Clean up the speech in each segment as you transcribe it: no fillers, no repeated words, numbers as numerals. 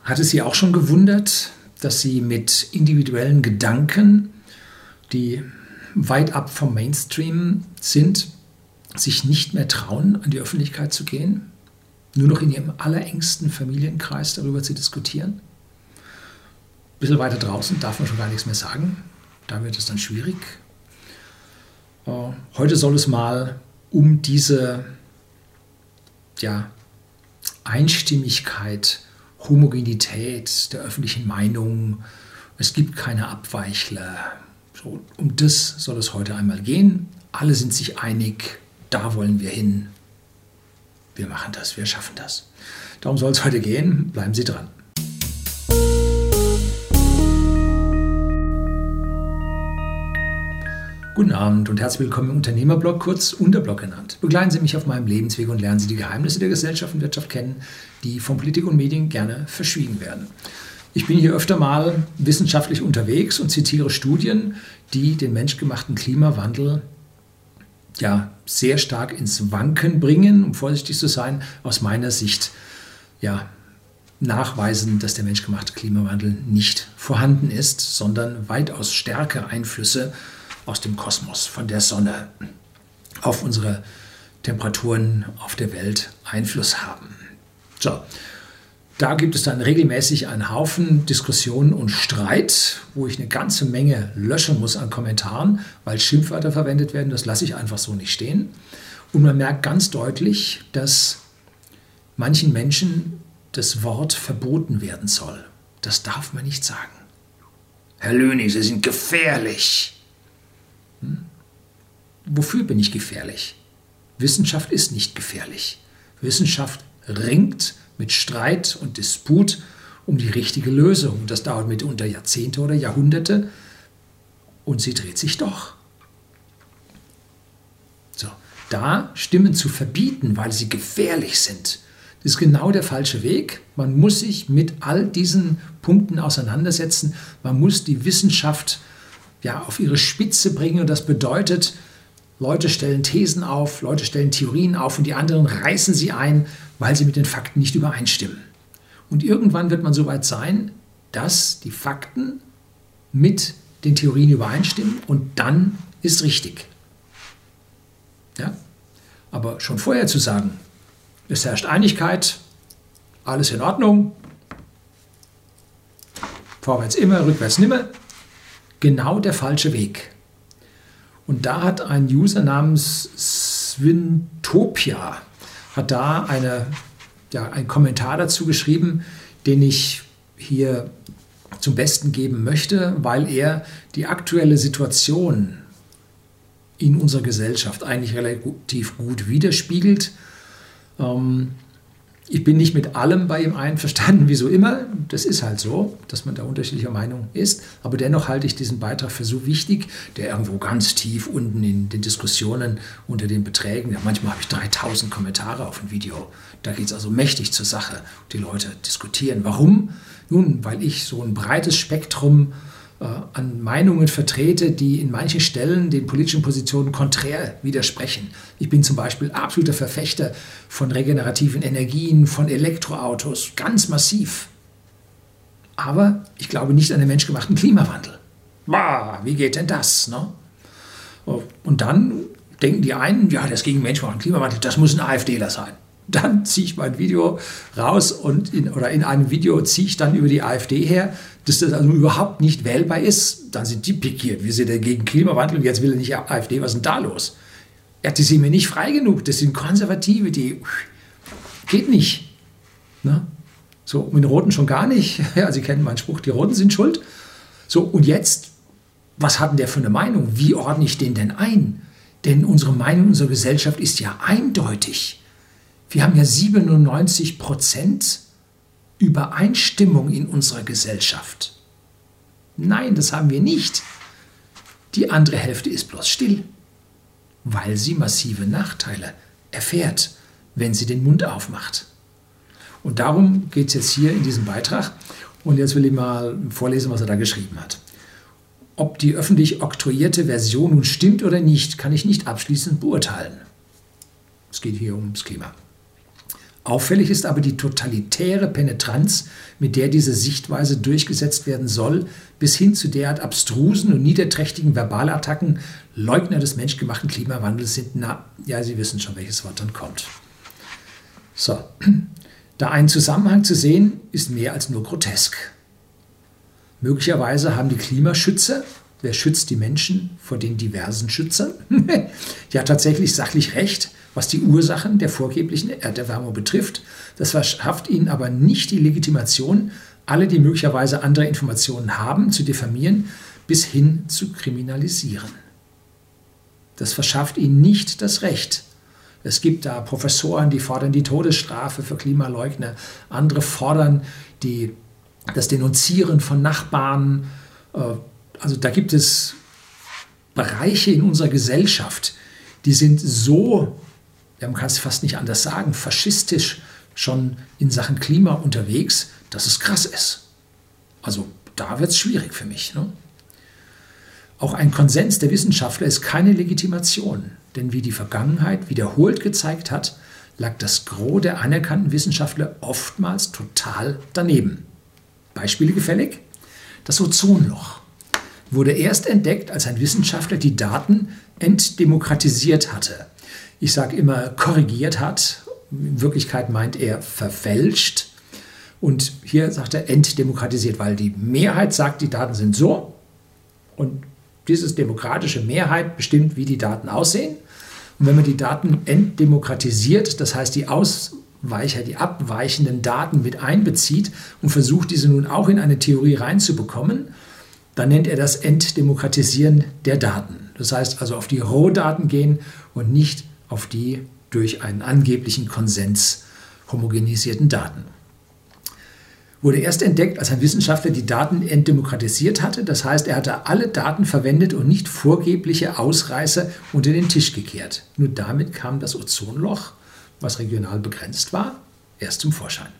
Hat es Sie auch schon gewundert, dass Sie mit individuellen Gedanken, die weit ab vom Mainstream sind, sich nicht mehr trauen, an die Öffentlichkeit zu gehen? Nur noch in Ihrem allerengsten Familienkreis darüber zu diskutieren? Ein bisschen weiter draußen darf man schon gar nichts mehr sagen. Da wird es dann schwierig. Heute soll es mal um diese Einstimmigkeit, Homogenität der öffentlichen Meinung, es gibt keine Abweichler. So, um das soll es heute einmal gehen. Alle sind sich einig, da wollen wir hin. Wir machen das, wir schaffen das. Darum soll es heute gehen. Bleiben Sie dran. Guten Abend und herzlich willkommen im Unternehmerblog, kurz Unterblog genannt. Begleiten Sie mich auf meinem Lebensweg und lernen Sie die Geheimnisse der Gesellschaft und Wirtschaft kennen, die von Politik und Medien gerne verschwiegen werden. Ich bin hier öfter mal wissenschaftlich unterwegs und zitiere Studien, die den menschgemachten Klimawandel sehr stark ins Wanken bringen, um vorsichtig zu sein, aus meiner Sicht nachweisen, dass der menschgemachte Klimawandel nicht vorhanden ist, sondern weitaus stärkere Einflüsse aus dem Kosmos, von der Sonne auf unsere Temperaturen auf der Welt Einfluss haben. So, da gibt es dann regelmäßig einen Haufen Diskussionen und Streit, wo ich eine ganze Menge löschen muss an Kommentaren, weil Schimpfwörter verwendet werden. Das lasse ich einfach so nicht stehen. Und man merkt ganz deutlich, dass manchen Menschen das Wort verboten werden soll. Das darf man nicht sagen. Herr Löning, Sie sind gefährlich. Wofür bin ich gefährlich? Wissenschaft ist nicht gefährlich. Wissenschaft ringt mit Streit und Disput um die richtige Lösung. Das dauert mitunter Jahrzehnte oder Jahrhunderte und sie dreht sich doch. So, da Stimmen zu verbieten, weil sie gefährlich sind, das ist genau der falsche Weg. Man muss sich mit all diesen Punkten auseinandersetzen. Man muss die Wissenschaft auf ihre Spitze bringen und das bedeutet, Leute stellen Thesen auf, Leute stellen Theorien auf und die anderen reißen sie ein, weil sie mit den Fakten nicht übereinstimmen. Und irgendwann wird man so weit sein, dass die Fakten mit den Theorien übereinstimmen und dann ist richtig. Ja? Aber schon vorher zu sagen, es herrscht Einigkeit, alles in Ordnung, vorwärts immer, rückwärts nimmer, genau der falsche Weg. Und da hat ein User namens Swintopia einen Kommentar dazu geschrieben, den ich hier zum Besten geben möchte, weil er die aktuelle Situation in unserer Gesellschaft eigentlich relativ gut widerspiegelt. Ich bin nicht mit allem bei ihm einverstanden, wie so immer. Das ist halt so, dass man da unterschiedlicher Meinung ist. Aber dennoch halte ich diesen Beitrag für so wichtig, der irgendwo ganz tief unten in den Diskussionen unter den Beträgen, manchmal habe ich 3000 Kommentare auf ein Video. Da geht es also mächtig zur Sache. Die Leute diskutieren. Warum? Nun, weil ich so ein breites Spektrum an Meinungen vertrete, die in manchen Stellen den politischen Positionen konträr widersprechen. Ich bin zum Beispiel absoluter Verfechter von regenerativen Energien, von Elektroautos, ganz massiv. Aber ich glaube nicht an den menschgemachten Klimawandel. Bah, wie geht denn das? Ne? Und dann denken die einen, das gegen den menschgemachten Klimawandel, das muss ein AfDler sein. Dann ziehe ich mein Video raus und in einem Video ziehe ich dann über die AfD her, dass das also überhaupt nicht wählbar ist. Dann sind die pikiert. Wir sind dagegen Klimawandel und jetzt will er nicht AfD. Was ist denn da los? Ja, die sind mir nicht frei genug. Das sind Konservative, die geht nicht. Ne? So, mit den Roten schon gar nicht. Ja, Sie kennen meinen Spruch, die Roten sind schuld. So, und jetzt, was hat denn der für eine Meinung? Wie ordne ich den denn ein? Denn unsere Meinung unserer Gesellschaft ist ja eindeutig. Wir haben ja 97% Übereinstimmung in unserer Gesellschaft. Nein, das haben wir nicht. Die andere Hälfte ist bloß still, weil sie massive Nachteile erfährt, wenn sie den Mund aufmacht. Und darum geht es jetzt hier in diesem Beitrag. Und jetzt will ich mal vorlesen, was er da geschrieben hat. Ob die öffentlich oktroyierte Version nun stimmt oder nicht, kann ich nicht abschließend beurteilen. Es geht hier ums Klima. Auffällig ist aber die totalitäre Penetranz, mit der diese Sichtweise durchgesetzt werden soll, bis hin zu derart abstrusen und niederträchtigen Verbalattacken. Leugner des menschgemachten Klimawandels sind, ja, Sie wissen schon, welches Wort dann kommt. So, da ein Zusammenhang zu sehen, ist mehr als nur grotesk. Möglicherweise haben die Klimaschützer, wer schützt die Menschen vor den diversen Schützern, ja tatsächlich sachlich recht, was die Ursachen der vorgeblichen Erderwärmung betrifft. Das verschafft ihnen aber nicht die Legitimation, alle, die möglicherweise andere Informationen haben, zu diffamieren bis hin zu kriminalisieren. Das verschafft ihnen nicht das Recht. Es gibt da Professoren, die fordern die Todesstrafe für Klimaleugner. Andere fordern das Denunzieren von Nachbarn. Also da gibt es Bereiche in unserer Gesellschaft, die sind so, man kann es fast nicht anders sagen, faschistisch schon in Sachen Klima unterwegs, dass es krass ist. Also da wird es schwierig für mich. Ne? Auch ein Konsens der Wissenschaftler ist keine Legitimation, denn wie die Vergangenheit wiederholt gezeigt hat, lag das Gros der anerkannten Wissenschaftler oftmals total daneben. Beispiele gefällig? Das Ozonloch wurde erst entdeckt, als ein Wissenschaftler die Daten entdemokratisiert hatte. Ich sage immer korrigiert hat, in Wirklichkeit meint er verfälscht. Und hier sagt er entdemokratisiert, weil die Mehrheit sagt, die Daten sind so und diese demokratische Mehrheit bestimmt, wie die Daten aussehen. Und wenn man die Daten entdemokratisiert, das heißt die Ausweicher, die abweichenden Daten mit einbezieht und versucht, diese nun auch in eine Theorie reinzubekommen, dann nennt er das Entdemokratisieren der Daten. Das heißt also auf die Rohdaten gehen und nicht auf die durch einen angeblichen Konsens homogenisierten Daten. Wurde erst entdeckt, als ein Wissenschaftler die Daten entdemokratisiert hatte. Das heißt, er hatte alle Daten verwendet und nicht vorgebliche Ausreißer unter den Tisch gekehrt. Nur damit kam das Ozonloch, was regional begrenzt war, erst zum Vorschein.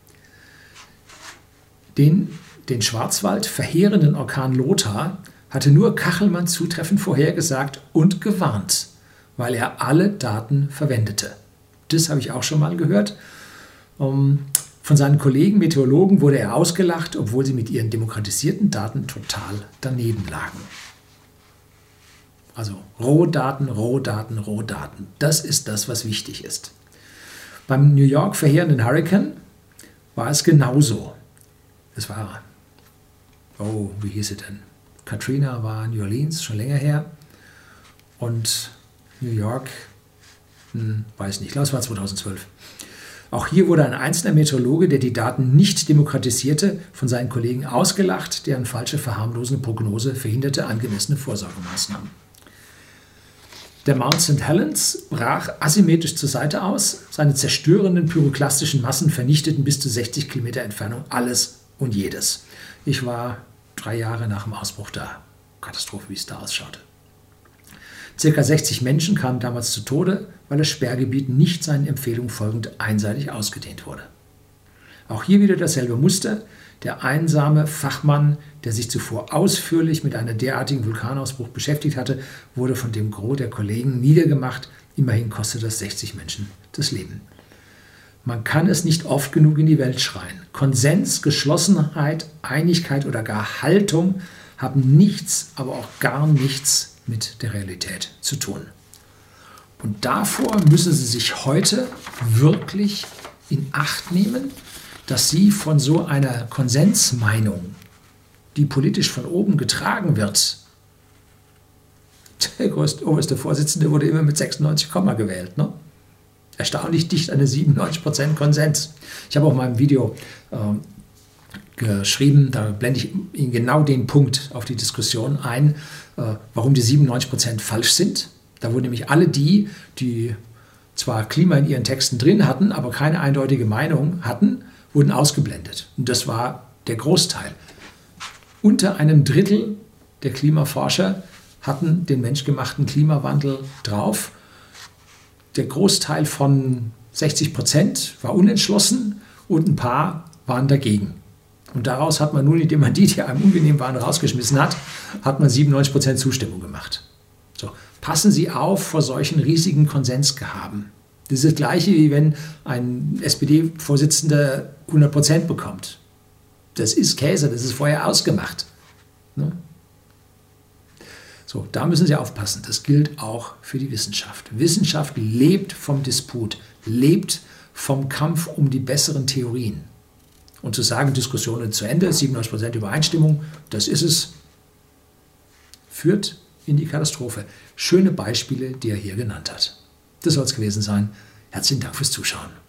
Den Schwarzwald verheerenden Orkan Lothar hatte nur Kachelmann zutreffend vorhergesagt und gewarnt, weil er alle Daten verwendete. Das habe ich auch schon mal gehört. Von seinen Kollegen Meteorologen wurde er ausgelacht, obwohl sie mit ihren demokratisierten Daten total daneben lagen. Also Rohdaten, Rohdaten, Rohdaten. Das ist das, was wichtig ist. Beim New York verheerenden Hurrikan war es genauso. Es war, wie hieß es denn? Katrina war New Orleans, schon länger her. Und New York, weiß nicht, ich glaube es war 2012. Auch hier wurde ein einzelner Meteorologe, der die Daten nicht demokratisierte, von seinen Kollegen ausgelacht, deren falsche verharmlosende Prognose verhinderte angemessene Vorsorgemaßnahmen. Der Mount St. Helens brach asymmetrisch zur Seite aus. Seine zerstörenden pyroklastischen Massen vernichteten bis zu 60 Kilometer Entfernung alles und jedes. Ich war 3 Jahre nach dem Ausbruch da. Katastrophe, wie es da ausschaute. Circa 60 Menschen kamen damals zu Tode, weil das Sperrgebiet nicht seinen Empfehlungen folgend einseitig ausgedehnt wurde. Auch hier wieder dasselbe Muster. Der einsame Fachmann, der sich zuvor ausführlich mit einem derartigen Vulkanausbruch beschäftigt hatte, wurde von dem Gros der Kollegen niedergemacht. Immerhin kostet das 60 Menschen das Leben. Man kann es nicht oft genug in die Welt schreien. Konsens, Geschlossenheit, Einigkeit oder gar Haltung haben nichts, aber auch gar nichts mit der Realität zu tun. Und davor müssen Sie sich heute wirklich in Acht nehmen, dass Sie von so einer Konsensmeinung, die politisch von oben getragen wird, der oberste Vorsitzende wurde immer mit 96, gewählt. Ne? Erstaunlich dicht an der 97% Konsens. Ich habe auch mal im Video geschrieben, da blende ich Ihnen genau den Punkt auf die Diskussion ein, warum die 97% falsch sind. Da wurden nämlich alle die zwar Klima in ihren Texten drin hatten, aber keine eindeutige Meinung hatten, wurden ausgeblendet. Und das war der Großteil. Unter einem Drittel der Klimaforscher hatten den menschgemachten Klimawandel drauf. Der Großteil von 60% war unentschlossen und ein paar waren dagegen. Und daraus hat man nun, indem man die einem ungenehm waren, rausgeschmissen hat, hat man 97% Zustimmung gemacht. So, passen Sie auf vor solchen riesigen Konsensgehaben. Das ist das Gleiche, wie wenn ein SPD-Vorsitzender 100% bekommt. Das ist Käse, das ist vorher ausgemacht. Ne? So, da müssen Sie aufpassen. Das gilt auch für die Wissenschaft. Wissenschaft lebt vom Disput, lebt vom Kampf um die besseren Theorien. Und zu sagen, Diskussion ist zu Ende, 97% Übereinstimmung, das ist es, führt in die Katastrophe. Schöne Beispiele, die er hier genannt hat. Das soll es gewesen sein. Herzlichen Dank fürs Zuschauen.